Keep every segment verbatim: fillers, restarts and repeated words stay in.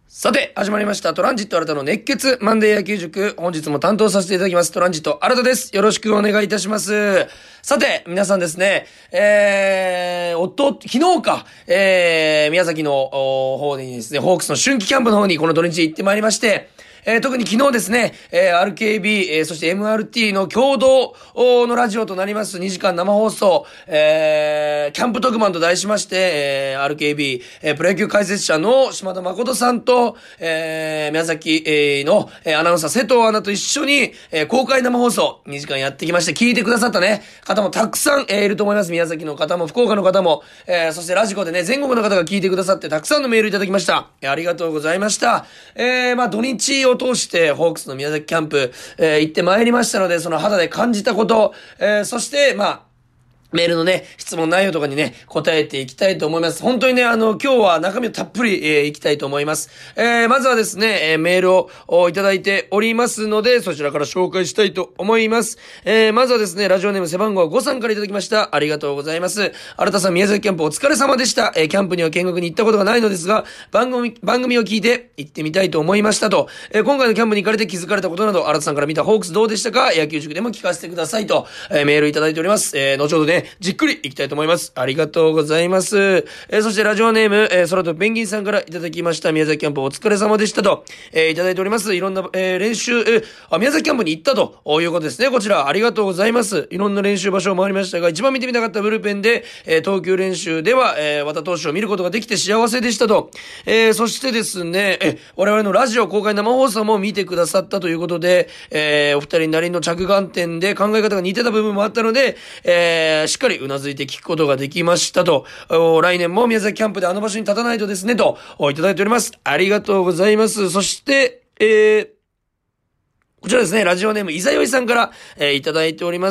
さて、始まりました。トランジット新たの熱血マンデー野球塾。本日も担当させていただきます。トランジット新たです。よろしくお願いいたします。さて、皆さんですね、えー、おっと、昨日か、えー、宮崎の方にですね、ホークスの春季キャンプの方にこの土日行ってまいりまして、えー、特に昨日ですね、えー、アールケービー、えー、そして エムアールティー の共同のラジオとなりますにじかん生放送、えー、キャンプ特番と題しまして、えー、アールケービー、えー、プロ野球解説者の島田誠さんと、えー、宮崎、えー、の、えー、アナウンサー瀬藤アナと一緒に、えー、公開生放送にじかんやってきまして、聞いてくださったね、方もたくさん、えー、いると思います。宮崎の方も福岡の方も、えー、そしてラジコでね、全国の方が聞いてくださってたくさんのメールいただきました。えー、ありがとうございました。えー、まあ土日を通してホークスの宮崎キャンプ、えー、行ってまいりましたので、その肌で感じたこと、えー、そしてまあメールのね、質問内容とかにね、答えていきたいと思います。本当にね、あの、今日は中身をたっぷり、えー、いきたいと思います。えー、まずはですね、えー、メールをいただいておりますので、そちらから紹介したいと思います。えー、まずはですね、ラジオネーム背番号ごさんからいただきました。ありがとうございます。新田さん、宮崎キャンプお疲れ様でした。えー、キャンプには見学に行ったことがないのですが、番組、番組を聞いて行ってみたいと思いましたと。えー、今回のキャンプに行かれて気づかれたことなど、新田さんから見たホークスどうでしたか？野球塾でも聞かせてくださいと、えー、メールいただいております。えー、後ほどね、じっくりいきたいと思います。ありがとうございます。えー、そしてラジオネーム、えー、空とペンギンさんからいただきました。宮崎キャンプお疲れ様でしたと、えー、いただいております。いろんな、えー、練習、えー、あ、宮崎キャンプに行ったということですね。こちら、ありがとうございます。いろんな練習場所を回りましたが、一番見てみたかったブルペンで、えー、投球練習では、えー、和田投手を見ることができて幸せでしたと。えー、そしてですね、えー、我々のラジオ公開生放送も見てくださったということで、えー、お二人なりの着眼点で考え方が似てた部分もあったので、えー、しっかりうなずいて聞くことができましたと。来年も宮崎キャンプであの場所に立たないとですねといただいております。ありがとうございます。そしてえーこちらですね、ラジオネーム、いざよいさんから、えー、いただいております。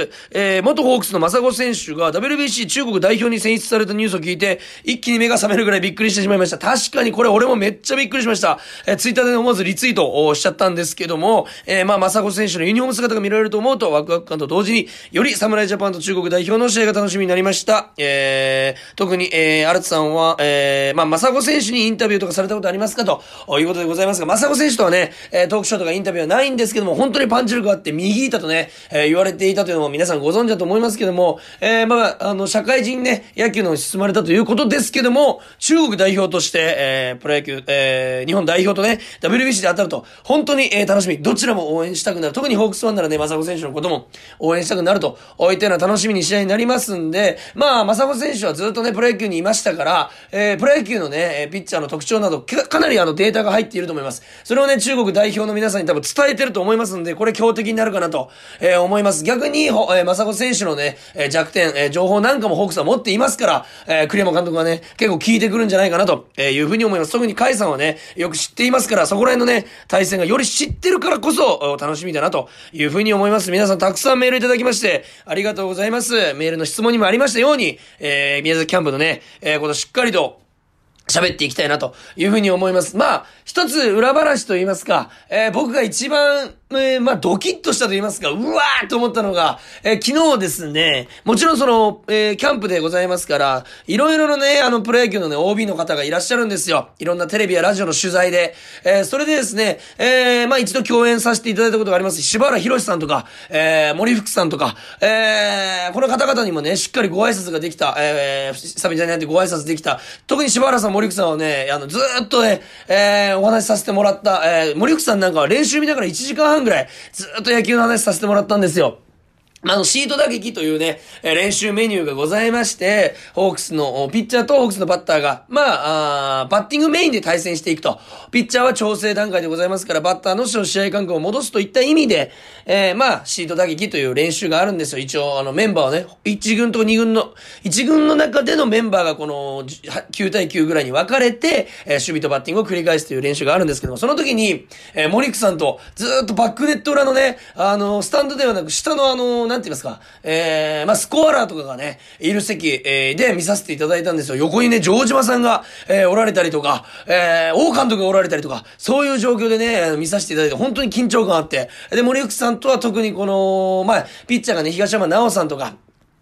えー、元ホークスのマサゴ選手が ダブリュービーシー 中国代表に選出されたニュースを聞いて、一気に目が覚めるぐらいびっくりしてしまいました。確かにこれ俺もめっちゃびっくりしました。えー、ツイッターで思わずリツイートをしちゃったんですけども、えー、まあ、マサゴ選手のユニフォーム姿が見られると思うと、ワクワク感と同時に、より侍ジャパンと中国代表の試合が楽しみになりました。えー、特に、えー、アルツさんは、えー、まあ、マサゴ選手にインタビューとかされたことありますかということでございますが、マサゴ選手とはね、えー、トークショーとかインタビューはないんですけども、本当にパンチ力があって右板とね、えー、言われていたというのも皆さんご存知だと思いますけども、えー、まあ、あの、社会人ね、野球の方に進まれたということですけども、中国代表として、えー、プロ野球、えー、日本代表とね、ダブリュービーシー で当たると、本当に、えー、楽しみ、どちらも応援したくなる。特にホークスファンならね、マサゴ選手のことも応援したくなると、こういったような楽しみに試合になりますんで、まあ、マサゴ選手はずっとね、プロ野球にいましたから、えー、プロ野球のね、ピッチャーの特徴など、か、かなりあのデータが入っていると思います。それをね、中国代表の皆さんに多分伝えてると思いますんで、これ強敵になるかなと、えー、思います。逆に、えー、マサゴ選手のね、えー、弱点、えー、情報なんかもホークスは持っていますから、えー、栗山監督はね、結構聞いてくるんじゃないかなというふうに思います。特に甲斐さんはね、よく知っていますから、そこら辺のね、対戦がより知ってるからこそ、楽しみだなというふうに思います。皆さんたくさんメールいただきまして、ありがとうございます。メールの質問にもありましたように、えー、宮崎キャンプのね、えー、ことしっかりと、喋っていきたいなというふうに思います。まあ、一つ裏話と言いますか、えー、僕が一番、えー、まあ、ドキッとしたと言いますか、うわーと思ったのが、えー、昨日ですね、もちろんその、えー、キャンプでございますから、いろいろのね、あの、プロ野球のね、オービー の方がいらっしゃるんですよ。いろんなテレビやラジオの取材で。えー、それでですね、えー、まあ、一度共演させていただいたことがあります。柴原博さんとか、えー、森福さんとか、えー、この方々にもね、しっかりご挨拶ができた、えー、久々になってご挨拶できた。特に柴原さん、森福さんはね、あの、ずーっとね、えー、お話しさせてもらった、えー、森福さんなんかは練習見ながらいちじかんはんぐらい、ずーっと野球の話させてもらったんですよ。あの、シート打撃というね、えー、練習メニューがございまして、ホークスのピッチャーとホークスのバッターが、まあ、あバッティングメインで対戦していくと。ピッチャーは調整段階でございますから、バッターの試合間隔を戻すといった意味で、えー、まあ、シート打撃という練習があるんですよ。一応、あの、メンバーはね、いち軍とに軍の、いち軍の中でのメンバーがこの、きゅう対きゅうぐらいに分かれて、えー、守備とバッティングを繰り返すという練習があるんですけども、その時に、えー、森久さんと、ずーっとバックネット裏のね、あの、スタンドではなく、下のあの、なんて言いますか、えー、まあ、スコアラーとかがね、いる席、えー、で見させていただいたんですよ。横にね、城島さんが、えー、おられたりとか、えー、王監督がおられたりとか、そういう状況でね、見させていただいて、本当に緊張感あって、で、森福さんとは特にこの、まあ、ピッチャーがね、東山直さんとか、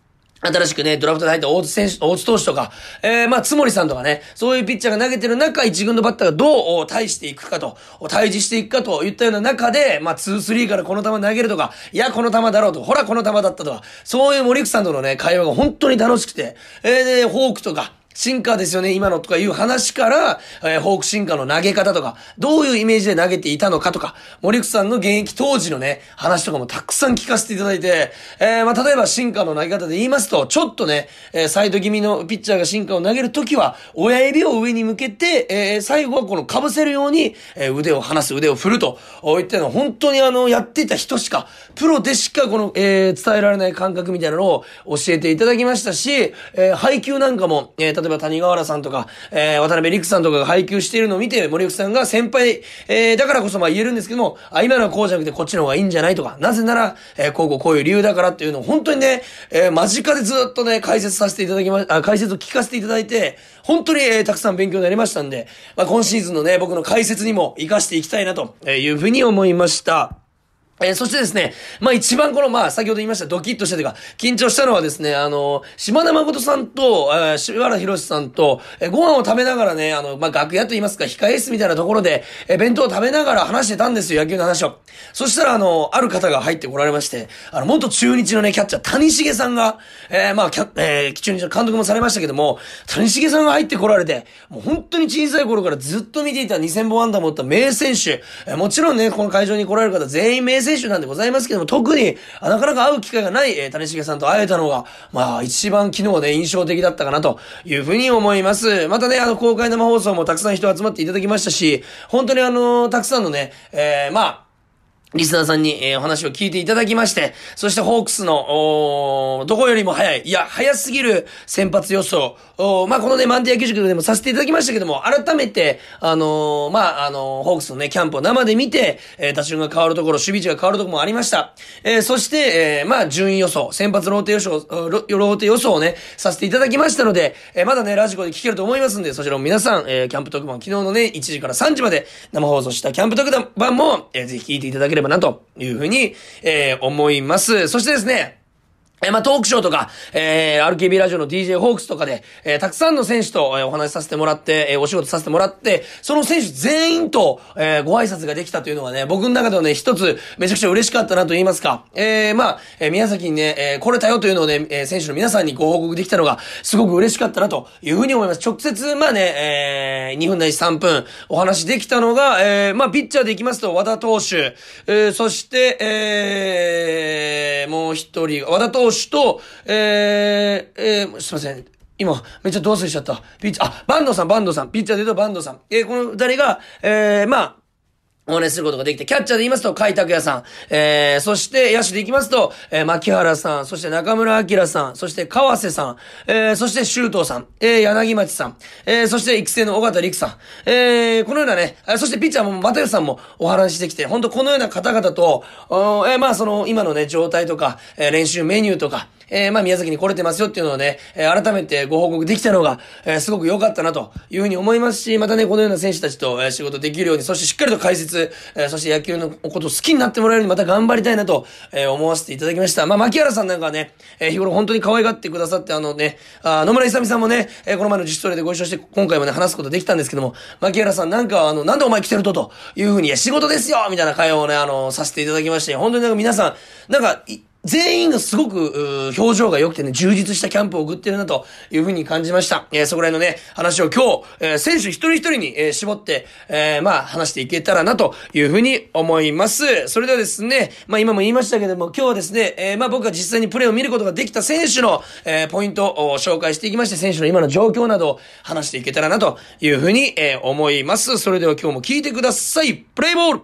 新しくね、ドラフトで入った大津選手、大津投手とか、えー、まあ、つもりさんとかね、そういうピッチャーが投げてる中、一軍のバッターがどう対していくかと、対峙していくかといったような中で、まあ、ツースリーからこの球投げるとか、いや、この球だろうとか、ほら、この球だったとか、そういう森口さんとのね、会話が本当に楽しくて、えー、で、フォークとか、シンカーですよね、今のとかいう話から、えー、フォークシンカーの投げ方とか、どういうイメージで投げていたのかとか、森口さんの現役当時のね、話とかもたくさん聞かせていただいて、えー、まあ、例えばシンカーの投げ方で言いますと、ちょっとね、えー、サイド気味のピッチャーがシンカーを投げるときは、親指を上に向けて、えー、最後はこの被せるように、えー、腕を離す、腕を振ると、いったの本当にあの、やっていた人しか、プロでしかこの、えー、伝えられない感覚みたいなのを教えていただきましたし、えー、配球なんかも、えー、例えば谷川原さんとか、えー、渡辺陸さんとかが配球しているのを見て、森口さんが先輩、えー、だからこそまあ言えるんですけども、あ、今のはこうじゃなくてこっちの方がいいんじゃないとか、なぜなら、えー、こうこうこういう理由だからっていうのを本当にね、えー、間近でずっとね、解説させていただきま、あ、解説を聞かせていただいて、本当に、えー、たくさん勉強になりましたんで、まあ今シーズンのね、僕の解説にも活かしていきたいなというふうに思いました。えー、そしてですね、まあ一番この、まあ先ほど言いましたドキッとしたというか、緊張したのはですね、あの、島田誠さんと、えー、柴原博さんと、えー、ご飯を食べながらね、あの、まあ楽屋と言いますか、控え室みたいなところで、えー、弁当を食べながら話してたんですよ、野球の話を。そしたら、あの、ある方が入ってこられまして、あの、元中日のね、キャッチャー、谷繁さんが、えー、まあ、キャえー、中日の監督もされましたけども、谷繁さんが入ってこられて、もう本当に小さい頃からずっと見ていたにせんぼん安打も打った名選手、えー、もちろんね、この会場に来られる方全員名選手なんでございますけども、特になかなか会う機会がない、えー、谷繁さんと会えたのが、まあ一番昨日ね、印象的だったかなというふうに思います。またね、あの公開生放送もたくさん人集まっていただきましたし、本当にあのー、たくさんのね、えー、まあ、リスナーさんに、えー、お話を聞いていただきまして、そしてホークスの、おどこよりも早い、いや、早すぎる先発予想、おまあ、このね、マンデー野球塾でもさせていただきましたけども、改めて、あのー、まあ、あのー、ホークスのね、キャンプを生で見て、えー、打順が変わるところ、守備位置が変わるところもありました。えー、そして、えー、まあ、順位予想、先発ローテ予想、ロ、ローテ予想をね、させていただきましたので、えー、まだね、ラジコで聞けると思いますんで、そちらも皆さん、えー、キャンプ特番、昨日のね、いちじからさんじまで生放送したキャンプ特番も、えー、ぜひ聞いていただければな、というふうに、えー、思います。そしてですね、えー、まあ、トークショーとか、えー、アールケービー ラジオの ディージェー ホークスとかで、えー、たくさんの選手と、えー、お話しさせてもらって、えー、お仕事させてもらって、その選手全員と、えー、ご挨拶ができたというのはね、僕の中ではね、一つ、めちゃくちゃ嬉しかったなと言いますか。えー、まあ、えー、宮崎にね、えー、来れたよというのをね、えー、選手の皆さんにご報告できたのが、すごく嬉しかったなというふうに思います。直接、まあね、えー、にふんないしさんぷん、お話できたのが、えー、まあ、ピッチャーでいきますと、和田投手、えー、そして、えー、もう一人、和田投手と、えー、えー、すいません。今、めっちゃどう忘れしちゃった。ピッチャー、あ、バンドさん、バンドさん。ピッチャーで言うとバンドさん。えー、この二人が、えー、まあ、お話しすることができて、キャッチャーで言いますと、甲斐拓也さん、えー、そして、野手で行きますと、えー、牧原さん、そして中村明さん、そして川瀬さん、えー、そして周東さん、えー、柳町さん、えー、そして育成の尾形陸さん、えー、このようなね、そしてピッチャーも又吉さんもお話ししてきて、本当このような方々と、えー、まあその、今のね、状態とか、えー、練習メニューとか、えー、まあ宮崎に来れてますよっていうのをね、えー、改めてご報告できたのが、えー、すごく良かったなというふうに思いますし、またね、このような選手たちと、えー、仕事できるように、そしてしっかりと解説、えー、そして野球のことを好きになってもらえるようにまた頑張りたいなと、えー、思わせていただきました。まあ、牧原さんなんかはね、えー、日頃本当に可愛がってくださって、あのね、あ野村勇さんもね、えー、この前の自主トレでご一緒して、今回もね、話すことできたんですけども、牧原さんなんかは、あの、なんでお前来てると、というふうに、いや、仕事ですよみたいな会話をね、あの、させていただきまして、本当になんか皆さん、なんか、全員がすごく、表情が良くてね、充実したキャンプを送ってるなというふうに感じました。えー、そこら辺のね、話を今日、えー、選手一人一人に、えー、絞って、えー、まあ、話していけたらなというふうに思います。それではですね、まあ今も言いましたけども、今日はですね、えー、まあ僕が実際にプレーを見ることができた選手の、えー、ポイントを紹介していきまして、選手の今の状況などを話していけたらなというふうに、えー、思います。それでは今日も聞いてください。プレイボール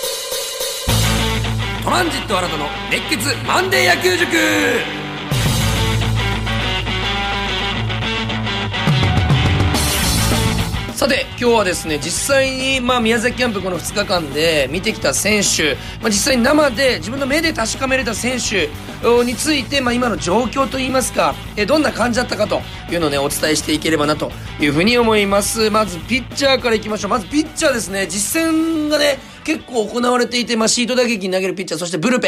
トランジット新たの熱血マンデー野球塾。さて今日はですね、実際にまあ宮崎キャンプこのふつかかんで見てきた選手、まあ、実際に生で自分の目で確かめれた選手について、まあ今の状況といいますか、えどんな感じだったかというのをねお伝えしていければなというふうに思います。まずピッチャーからいきましょう。まずピッチャーですね。実戦がね結構行われていて、まあシート打撃に投げるピッチャー、そしてブルペン、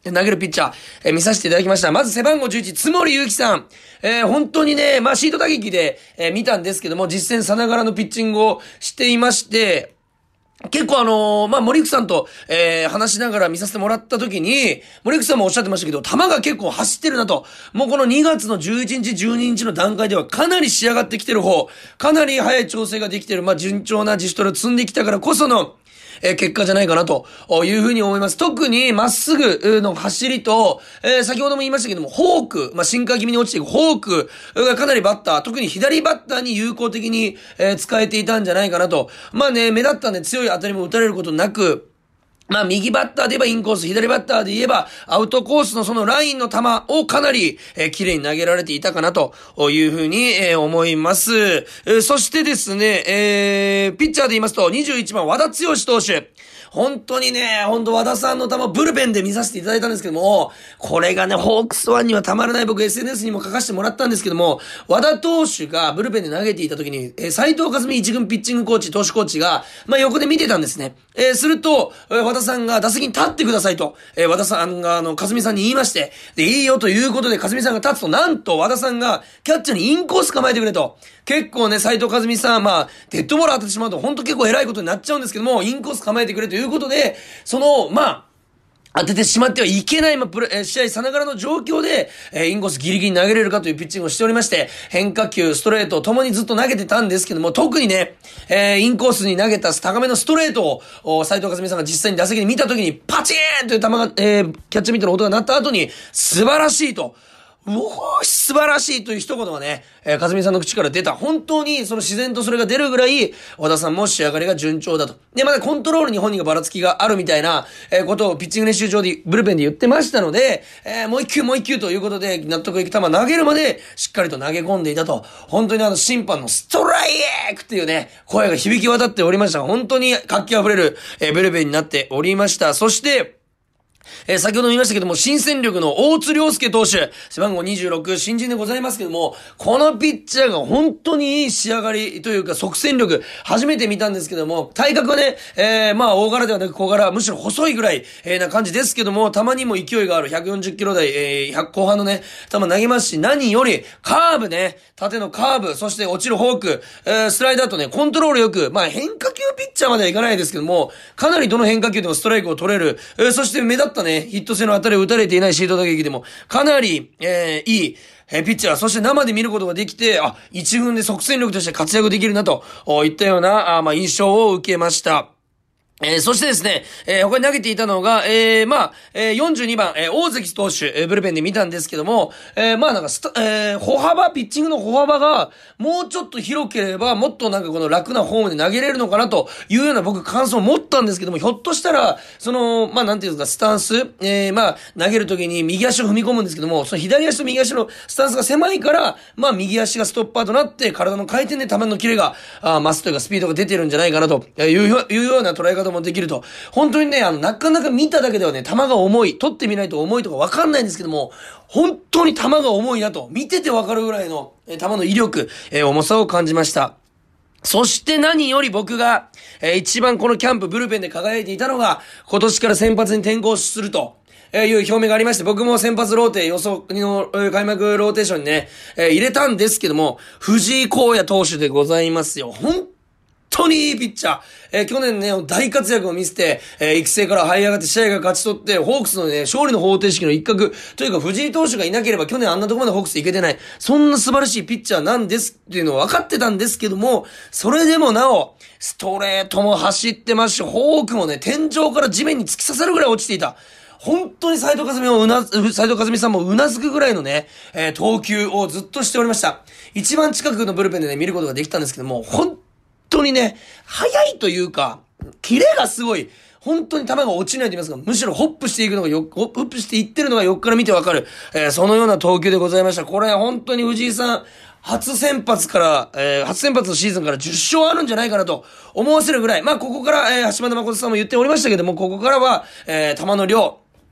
投げるピッチャー、えー、見させていただきました。まず背番号じゅういち、津森祐樹さん。えー、本当にね、まあ、シート打撃で、えー、見たんですけども、実戦さながらのピッチングをしていまして、結構あのー、まあ、森口さんと、えー、話しながら見させてもらった時に、森口さんもおっしゃってましたけど、球が結構走ってるなと。もうこのにがつのじゅういちにち、じゅうににちの段階ではかなり仕上がってきてる方、かなり早い調整ができてる、まあ、順調な自主トレを積んできたからこその、えー、結果じゃないかなというふうに思います。特にまっすぐの走りと、えー、先ほども言いましたけども、フォーク、まあ、シンカー気味に落ちていくフォークがかなりバッター、特に左バッターに有効的に、えー、使えていたんじゃないかなと。まあね、目立ったね、強い当たりも打たれることなく、まあ、右バッターで言えばインコース、左バッターで言えばアウトコースのそのラインの球をかなり、えー、綺麗に投げられていたかなというふうに、えー、思います。えー、そしてですね、えー、ピッチャーで言いますとにじゅういちばん和田剛投手。本当にね、本当和田さんの球ブルペンで見させていただいたんですけども、これがね、ホークスワンにはたまらない。僕 エスエヌエス にも書かせてもらったんですけども、和田投手がブルペンで投げていた時に、えー、斉藤和美一軍ピッチングコーチ、投手コーチが、まあ、横で見てたんですね。えー、すると、えー、和田さんが打席に立ってくださいと、えー、和田さんが、あの、和美さんに言いまして、で、いいよということで、和美さんが立つと、なんと和田さんが、キャッチャーにインコース構えてくれと。結構ね、斉藤和美さん、まあ、デッドボール当ててしまうと、本当結構偉いことになっちゃうんですけども、インコース構えてくれということで、その、まあ、当ててしまってはいけない、まあ、プレ、えー、試合さながらの状況で、えー、インコースギリギリ投げれるかというピッチングをしておりまして、変化球、ストレート、ともにずっと投げてたんですけども、特にね、えー、インコースに投げた高めのストレートを、斉藤和美さんが実際に打席で見たときに、パチーンという球が、えー、キャッチャーミットの音が鳴った後に、素晴らしいと。うおー、素晴らしいという一言がね、えー、かずみさんの口から出た。本当に、その自然とそれが出るぐらい、和田さんも仕上がりが順調だと。で、まだコントロールに本人がばらつきがあるみたいな、えー、ことをピッチング練習場で、ブルペンで言ってましたので、えー、もう一球もう一球ということで、納得いく球投げるまで、しっかりと投げ込んでいたと。本当にあの、審判のストライエークっていうね、声が響き渡っておりました。本当に活気あふれる、えー、ブルペンになっておりました。そして、えー、先ほども言いましたけども、新戦力の大津亮介投手、背番号にじゅうろく、新人でございますけども、このピッチャーが本当にいい仕上がりというか、即戦力、初めて見たんですけども、体格はね、えー、まあ、大柄ではなく小柄、むしろ細いぐらい、えー、な感じですけども、たまにも勢いがあるひゃくよんじゅっキロ台、えー、ひゃく後半のね、球投げますし、何より、カーブね、縦のカーブ、そして落ちるフォーク、えー、スライダーとね、コントロールよく、まあ、変化球ピッチャーまではいかないですけども、かなりどの変化球でもストライクを取れる、えー、そして目立ったね、ヒット性の当たりを打たれていないシート打撃でも、かなり、えー、いい、えー、ピッチャー、そして生で見ることができて、あ、一軍で即戦力として活躍できるなといったような、あまあ、印象を受けました。えー、そしてですね、えー、他に投げていたのが、えー、まあ、えー、よんじゅうにばん、えー、大関投手、えー、ブルペンで見たんですけども、えー、まあなんかスタ、えー、歩幅、ピッチングの歩幅が、もうちょっと広ければ、もっとなんかこの楽なフォームで投げれるのかなというような僕感想を持ったんですけども、ひょっとしたら、その、まあなんていうんですか、スタンス、えー、まあ、投げるときに右足を踏み込むんですけども、その左足と右足のスタンスが狭いから、まあ右足がストッパーとなって、体の回転で球のキレが、あ増すというかスピードが出てるんじゃないかなという、いうような捉え方もできると。本当にね、あの、なかなか見ただけではね、球が重い、取ってみないと重いとかわかんないんですけども、本当に球が重いなと、見ててわかるぐらいの、え球の威力、えー、重さを感じました。そして何より僕が、えー、一番このキャンプブルペンで輝いていたのが、今年から先発に転向すると。えー、いう表明がありまして、僕も先発ローテ予想の、えー、開幕ローテーションにね、えー、入れたんですけども、藤井光也投手でございますよ。本本当にいいピッチャー。えー、去年ね、大活躍を見せて、えー、育成から這い上がって試合が勝ち取って、ホークスのね、勝利の方程式の一角、というか藤井投手がいなければ去年あんなところまでホークス行けてない。そんな素晴らしいピッチャーなんですっていうのは分かってたんですけども、それでもなお、ストレートも走ってますし、フォークもね、天井から地面に突き刺さるぐらい落ちていた。本当に斉藤和美もうな、斉藤和美さんもうなずくぐらいのね、えー、投球をずっとしておりました。一番近くのブルペンでね、見ることができたんですけども、本本当にね、速いというか、キレがすごい、本当に球が落ちないと言いますか、むしろホップしていくのがよ、ホップしていってるのが横から見てわかる、えー、そのような投球でございました。これ本当に藤井さん、初先発から、えー、初先発のシーズンからじゅっしょうあるんじゃないかなと思わせるぐらい、まあここから、えー、橋本誠さんも言っておりましたけども、ここからは、えー、球の量、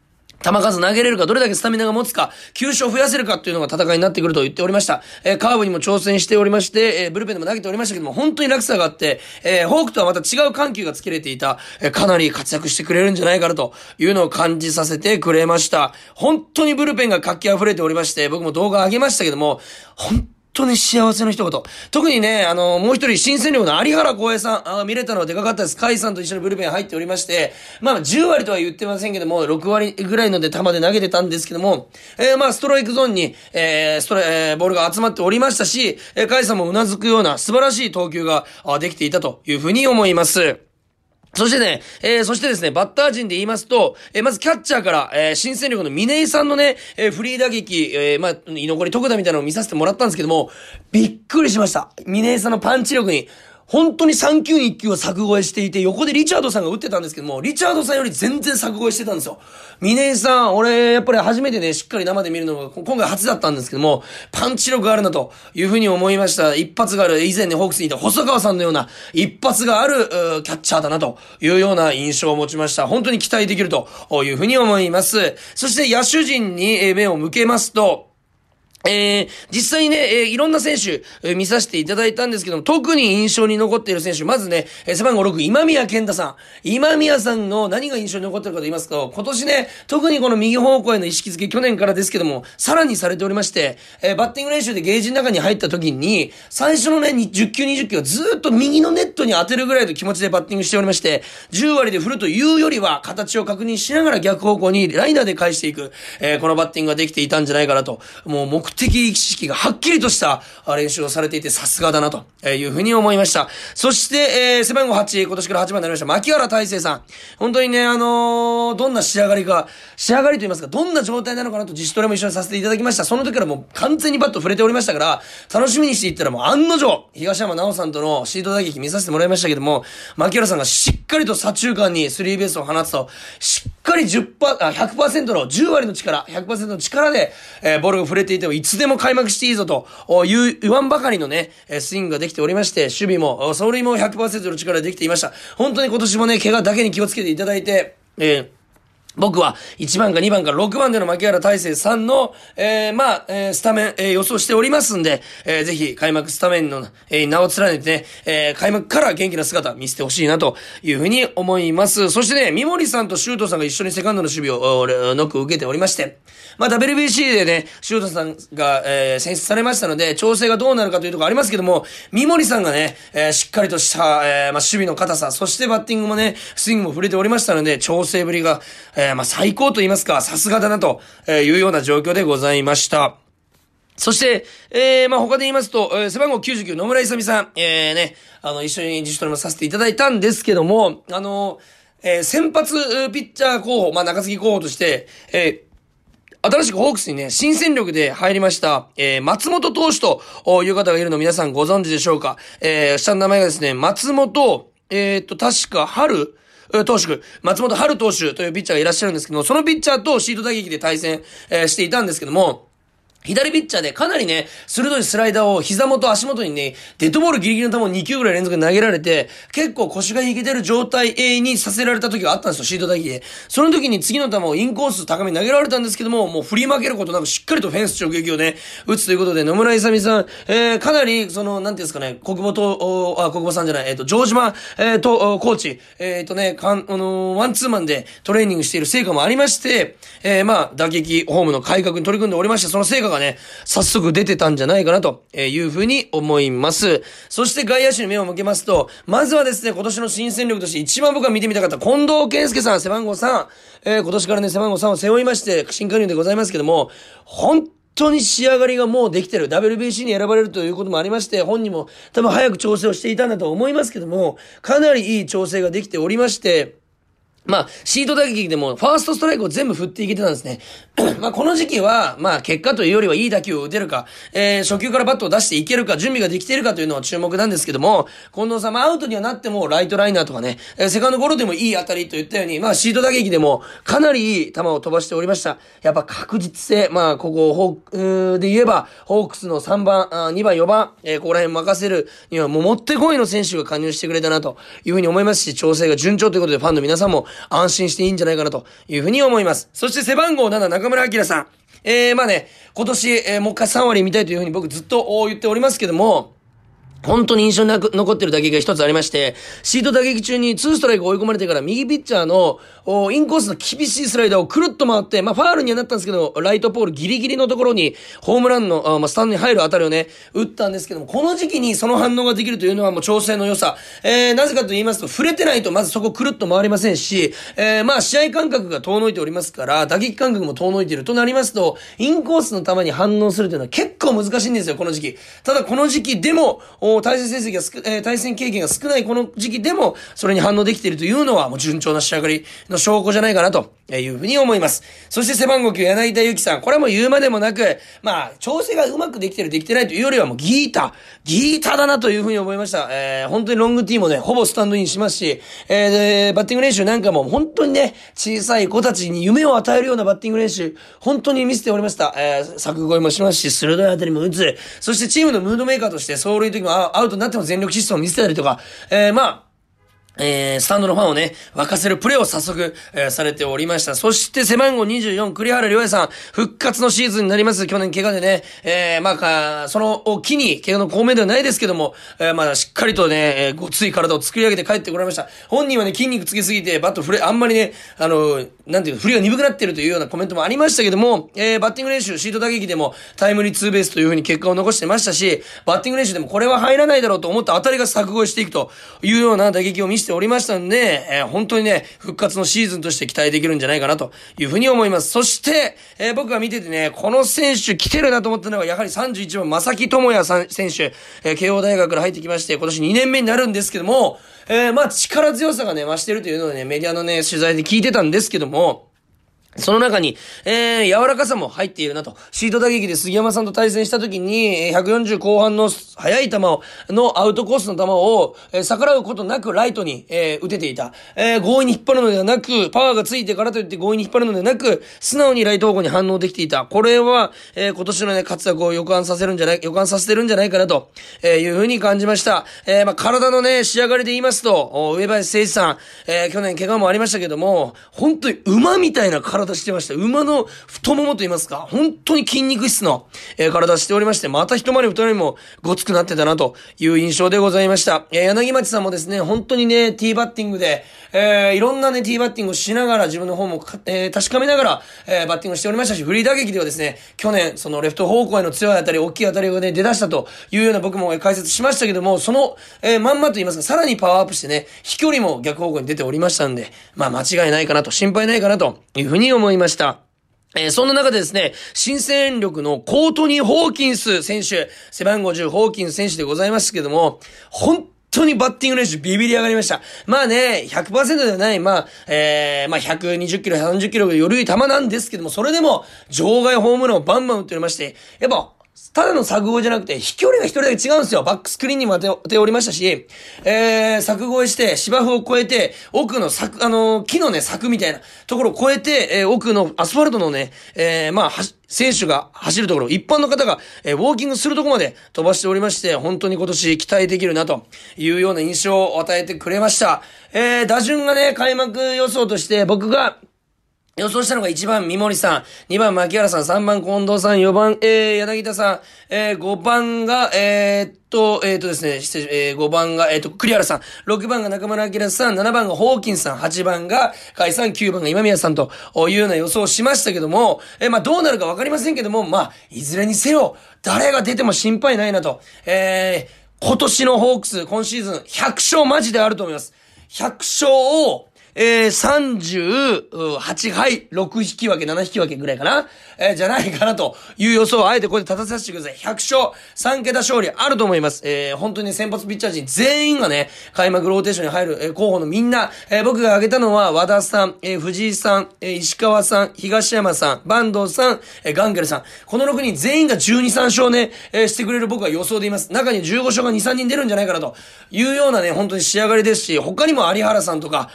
球数投げれるか、どれだけスタミナが持つか、球種を増やせるかっていうのが戦いになってくると言っておりました。えー、カーブにも挑戦しておりまして、えー、ブルペンでも投げておりましたけども、本当に落差があって、えー、フォークとはまた違う緩急がつけれていた、えー、かなり活躍してくれるんじゃないかなというのを感じさせてくれました。本当にブルペンが活気溢れておりまして、僕も動画上げましたけども、本本当に幸せの一言。特にね、あの、もう一人、新戦力の有原光栄さん、あ見れたのはでかかったです。甲斐さんと一緒にブルペン入っておりまして、まあ、じゅう割とは言ってませんけども、ろく割ぐらいので球で投げてたんですけども、えー、まあ、ストライクゾーンに、えー、ストライ、えー、ボールが集まっておりましたし、えー、甲斐さんもうなずくような素晴らしい投球ができていたというふうに思います。そしてね、えー、そしてですね、バッター陣で言いますと、えー、まずキャッチャーから、えー、新戦力の峰井さんのね、えー、フリー打撃、えー、まあ、居残り特打みたいなのを見させてもらったんですけども、びっくりしました。峰井さんのパンチ力に。本当にさん球にいっ球を柵越えしていて、横でリチャードさんが打ってたんですけども、リチャードさんより全然柵越えしてたんですよ。峰井さん、俺、やっぱり初めてね、しっかり生で見るのが、今回初だったんですけども、パンチ力があるなというふうに思いました。一発がある、以前ね、ホークスにいた細川さんのような、一発がある、キャッチャーだなというような印象を持ちました。本当に期待できるというふうに思います。そして野手陣に目を向けますと、えー、実際にね、えー、いろんな選手、えー、見させていただいたんですけども、特に印象に残っている選手、まずね、えー、背番号ろく、今宮健太さん。今宮さんの何が印象に残っているかと言いますと、今年ね、特にこの右方向への意識づけ、去年からですけども、さらにされておりまして、えー、バッティング練習でゲージの中に入った時に、最初のね、じゅっ球、にじゅっ球はずーっと右のネットに当てるぐらいの気持ちでバッティングしておりまして、じゅう割で振るというよりは、形を確認しながら逆方向にライナーで返していく、えー、このバッティングができていたんじゃないかなと、もう目的意識がはっきりとした練習をされていてさすがだなというふうに思いました。そして、えー、背番号はち、今年からはちばんになりました牧原大成さん。本当にね、あのー、どんな仕上がりか、仕上がりと言いますか、どんな状態なのかなと自主トレも一緒にさせていただきました。その時からもう完全にバット触れておりましたから、楽しみにしていったらもう案の定、東山直さんとのシート打撃見させてもらいましたけども、牧原さんがしっかりと左中間にスリーベースを放つと、しっかりじゅっパーセント、あ、ひゃくパーセント のじゅう割の力、ひゃくパーセント の力で、えー、ボールが触れていてもいつでも開幕していいぞという言わんばかりのね、スイングができておりまして、守備も、走塁も ひゃくパーセント の力でできていました。本当に今年もね、怪我だけに気をつけていただいて、えー僕はいちばんかにばんかろくばんでの牧原大成さんの、えー、まあ、えー、スタメン、えー、予想しておりますんで、えー、ぜひ開幕スタメンの、えー、名を連ねてね、えー、開幕から元気な姿見せてほしいなというふうに思います。そしてね、三森さんと周東さんが一緒にセカンドの守備をノック受けておりまして、まあ、ダブリュービーシー でね、周東さんが、えー、選出されましたので、調整がどうなるかというところありますけども、三森さんがね、えー、しっかりとした、えー、まあ、守備の硬さ、そしてバッティングもね、スイングも触れておりましたので、調整ぶりが、えー、まあ、最高と言いますか、さすがだなというような状況でございました。そして、えー、まあ、他で言いますと、えー、背番号きゅうじゅうきゅう野村勇さん、えー、ね、あの、一緒に自主トレもさせていただいたんですけども、あの、えー、先発ピッチャー候補、まあ、中継ぎ候補として、えー、新しくホークスにね、新戦力で入りました、えー、松本投手という方がいるの皆さんご存知でしょうか。えー、下の名前がですね、松本、えー、っと、確か春、投手、松本春投手というピッチャーがいらっしゃるんですけども、そのピッチャーとシート打撃で対戦、えー、していたんですけども、左ピッチャーでかなりね、鋭いスライダーを膝元足元にね、デッドボールギリギリの球をに球ぐらい連続で投げられて、結構腰が引けてる状態にさせられた時があったんですよ、シート打撃で。その時に次の球をインコース高めに投げられたんですけども、もう振り負けることなくしっかりとフェンス直撃をね、打つということで、野村勇さん、えー、かなり、その、なんていうんですかね、国母と、あ、国母さんじゃない、えっ、ー、と、城島、えー、と、コーチ、えっ、ー、とね、かん、あのー、ワンツーマンでトレーニングしている成果もありまして、えー、まあ、打撃、フォームの改革に取り組んでおりまして、その成果がね、早速すぐ出てたんじゃないかなというふうに思います。そして外野手に目を向けますと、まずはですね、今年の新戦力として一番僕が見てみたかった近藤健介さん、背番号さん、えー、今年からね、背番号さんを背負いまして、新加入でございますけども、本当に仕上がりがもうできてる。ダブリュービーシー に選ばれるということもありまして、本人も多分早く調整をしていたんだと思いますけども、かなりいい調整ができておりまして、まあ、シート打撃でもファーストストライクを全部振っていけてたんですね。まあ、この時期は、まあ、結果というよりはいい打球を打てるか、えー、初球からバットを出していけるか、準備ができているかというのは注目なんですけども、近藤さん、まあ、アウトにはなっても、ライトライナーとかね、えー、セカンドゴロでもいい当たりと言ったように、まあ、シート打撃でも、かなりいい球を飛ばしておりました。やっぱ確実性、まあ、ここ、ホーク、で言えば、ホークスのさんばん、あにばん、よばん、えー、ここら辺任せるには、もう、もってこいの選手が加入してくれたな、というふうに思いますし、調整が順調ということで、ファンの皆さんも、 安心していいんじゃないかなというふうに思います。そして背番号なな、中村晃さん。えー、まあね、今年、えー、もう一回さん割見たいというふうに僕ずっと言っておりますけども、本当に印象に残ってる打撃が一つありまして、シート打撃中にツーストライク追い込まれてから右ピッチャーのインコースの厳しいスライダーをくるっと回って、まあファールにはなったんですけど、ライトポールギリギリのところにホームランの、あまあ、スタンドに入るあたりをね、打ったんですけども、この時期にその反応ができるというのはもう調整の良さ。えー、なぜかと言いますと、触れてないとまずそこくるっと回りませんし、えー、まあ試合感覚が遠のいておりますから、打撃感覚も遠のいているとなりますと、インコースの球に反応するというのは結構難しいんですよ、この時期。ただこの時期でも、対戦成績がえー、対戦経験が少ないこの時期でもそれに反応できているというのはもう順調な仕上がりの証拠じゃないかなというふうに思います。そして背番号きゅう柳田悠岐さん、これはもう言うまでもなく、まあ調整がうまくできてるできてないというよりはもうギータギータだなというふうに思いました。えー、本当にロングティーもねほぼスタンドインしますし、えー、でバッティング練習なんかも本当にね小さい子たちに夢を与えるようなバッティング練習本当に見せておりました。えー、柵越えもしますし鋭い当たりも打つ。そしてチームのムードメーカーとして走塁の時もアウトになっても全力疾走を見せたりとか、えー、まあえー、スタンドのファンをね、沸かせるプレーを早速、えー、されておりました。そして背番号にじゅうよん、栗原良也さん、復活のシーズンになります。去年怪我でね、えー、まあか、その機に、怪我の孔明ではないですけども、えー、まだしっかりとね、えー、ごつい体を作り上げて帰ってこられました。本人はね、筋肉つけすぎて、バット振れ、あんまりね、あの、なんていうか、振りが鈍くなっているというようなコメントもありましたけども、えー、バッティング練習、シート打撃でもタイムリーツーベースという風に結果を残してましたし、バッティング練習でもこれは入らないだろうと思った当たりが柵越えしていくというような打撃を見せておりましたんで、えー、本当にね、復活のシーズンとして期待できるんじゃないかなというふうに思います。そして、えー、僕が見ててね、この選手来てるなと思ったのは、やはりさんじゅういちばん、正木智也さん選手、えー、慶応大学から入ってきまして、今年にねんめになるんですけども、えー、まあ力強さがね、増してるというのをね、メディアのね、取材で聞いてたんですけども、その中に、えー、柔らかさも入っているなと。シート打撃で杉山さんと対戦した時に、ひゃくよんじゅう後半の速い球を、のアウトコースの球を、えー、逆らうことなくライトに、えー、打てていた。えー、強引に引っ張るのではなく、パワーがついてからといって強引に引っ張るのではなく、素直にライト方向に反応できていた。これは、えー、今年のね、活躍を予感させるんじゃない、予感させてるんじゃないかなと、えー、いうふうに感じました。えー、まあ、体のね、仕上がりで言いますと、上林誠司さん、えー、去年怪我もありましたけども、本当に馬みたいな体してました。馬の太ももと言いますか、本当に筋肉質の、えー、体しておりまして、また一回り二回りもごつくなってたなという印象でございました。えー、柳町さんもですね、本当にね、ティーバッティングで、えー、いろんなね、ティーバッティングをしながら、自分の方も、えー、確かめながら、えー、バッティングしておりましたし、フリー打撃ではですね、去年、そのレフト方向への強い当たり、大きい当たりがね、出だしたというような僕も解説しましたけども、その、えー、まんまと言いますか、さらにパワーアップしてね、飛距離も逆方向に出ておりましたんで、まあ間違いないかなと、心配ないかなというふうに思いました。えー、そんな中でですね、新戦力のコートニー・ホーキンス選手、背番号じゅうホーキンス選手でございますけども、本当にバッティング練習ビビり上がりました。まあね、ひゃくパーセント ではない、まあ、えー、まあひゃくにじゅっキロ、ひゃくさんじゅっキロが緩い球なんですけども、それでも場外ホームランをバンバン打っておりまして、やっぱ、ただの柵越えじゃなくて、飛距離が一人だけ違うんですよ。バックスクリーンにも当て、当ておりましたし、えー、柵越えして、芝生を越えて、奥の柵、あのー、木のね、柵みたいなところを越えて、えー、奥のアスファルトのね、えー、まあ、は選手が走るところ、一般の方が、えー、ウォーキングするところまで飛ばしておりまして、本当に今年期待できるな、というような印象を与えてくれました。えー、打順がね、開幕予想として、僕が、予想したのがいちばん三森さん、にばん牧原さん、さんばん近藤さん、よんばん、えー、柳田さん、えー、ごばんが、えー、っと、えー、っとですね、失礼、えー、ごばんが、えー、っと、栗原さん、ろくばんが中村明さん、ななばんがホーキンスさん、はちばんが甲斐さん、きゅうばんが今宮さんというような予想をしましたけども、えー、まあ、どうなるかわかりませんけども、まあ、いずれにせよ、誰が出ても心配ないなと、えー、今年のホークス、今シーズンひゃく勝マジであると思います。ひゃく勝を、えー、さんじゅうはちはい、ろく引き分け、なな引き分けぐらいかな、えー、じゃないかなという予想をあえてここで立たさせてください。ひゃく勝、さん桁勝利あると思います。えー、本当に先発ピッチャー陣全員がね、開幕ローテーションに入る、えー、候補のみんな、えー、僕が挙げたのは和田さん、えー、藤井さん、えー、石川さん、東山さん、坂東さん、えー、ガンゲルさん。このろくにん全員がじゅうに、さん勝ね、えー、してくれる僕は予想で言います。中にじゅうご勝がに、さんにん出るんじゃないかなというようなね、本当に仕上がりですし、他にも有原さんとか、大関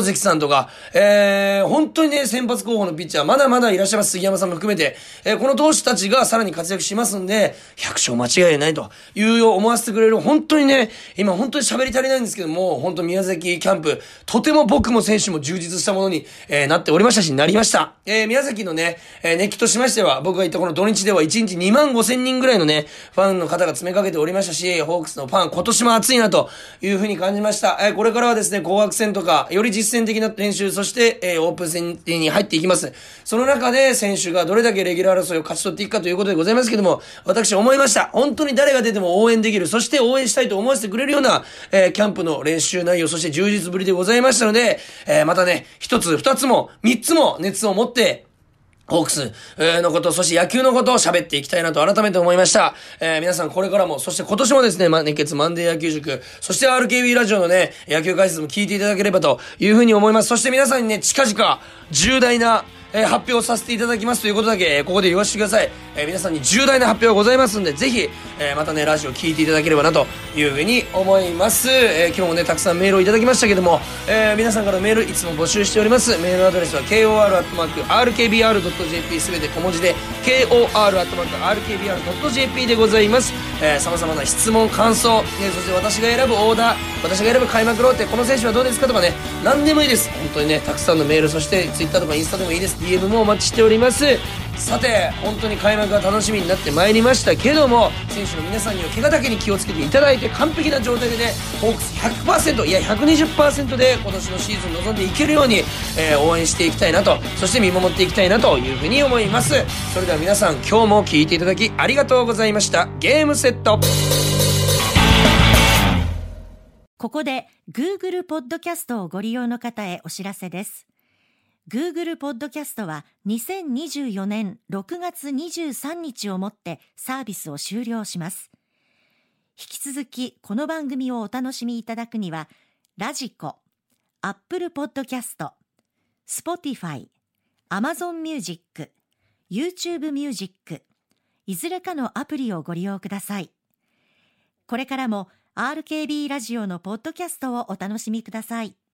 関さんとか、えー、本当にね、先発候補のピッチャー、まだまだいらっしゃいます。杉山さんも含めて、えー、この投手たちがさらに活躍しますんで、ひゃく勝間違いないというよう思わせてくれる、本当にね、今本当に喋り足りないんですけども、本当宮崎キャンプ、とても僕も選手も充実したものに、えー、なっておりましたし、なりました。えー、宮崎のね、えー、熱気としましては、僕が言ったこの土日ではいちにちにまんごせんにんぐらいのね、ファンの方が詰めかけておりましたし、ホークスのファン、今年も熱いなというふうに感じました。えー、これからはですね、紅白戦とか、より実践的な練習、そして、えー、オープン戦に入っていきます。その中で選手がどれだけレギュラー争いを勝ち取っていくかということでございますけども、私思いました。本当に誰が出ても応援できる、そして応援したいと思わせてくれるような、えー、キャンプの練習内容、そして充実ぶりでございましたので、えー、またね、一つ、二つも、三つも熱を持って、ホークスのこと、そして野球のことを喋っていきたいなと改めて思いました。えー、皆さんこれからも、そして今年もですね、ま、熱血マンデー野球塾、そして アールケービー ラジオのね、野球解説も聞いていただければというふうに思います。そして皆さんにね、近々、重大な、えー、発表させていただきますということだけ、えー、ここで言わせてください。えー、皆さんに重大な発表がございますんで、ぜひ、えー、またね、ラジオ聞いていただければなというふうに思います。えー、今日もね、たくさんメールをいただきましたけども、えー、皆さんからのメールいつも募集しております。メールアドレスは ケーオーアール アットマーク アールケービーアール ドット ジェーピー すべて小文字で ケーオーアール アットマーク アールケービーアール ドット ジェーピー でございます。えー、様々な質問、感想、ね、そして私が選ぶオーダー、私が選ぶ開幕ローテ、この選手はどうですかとかね、何でもいいです。本当にね、たくさんのメール、そしてツイッターとかインスタでもいいです。ディーエム もお待ちしております。さて、本当に開幕が楽しみになってまいりましたけども、選手の皆さんには怪我だけに気をつけていただいて、完璧な状態でね、ホークス ひゃくパーセント、いや ひゃくにじゅっパーセント で今年のシーズン臨んでいけるように、えー、応援していきたいなと、そして見守っていきたいなというふうに思います。それでは皆さん、今日も聞いていただきありがとうございました。ゲームセット。 ここで Google ポッドキャストをご利用の方へお知らせです。Google ポッドキャストはにせんにじゅうよねんろくがつにじゅうさんにちをもってサービスを終了します。引き続きこの番組をお楽しみいただくには、ラジコ、Apple ポッドキャスト、Spotify、Amazon Music、YouTube Music、いずれかのアプリをご利用ください。これからも アールケービー ラジオのポッドキャストをお楽しみください。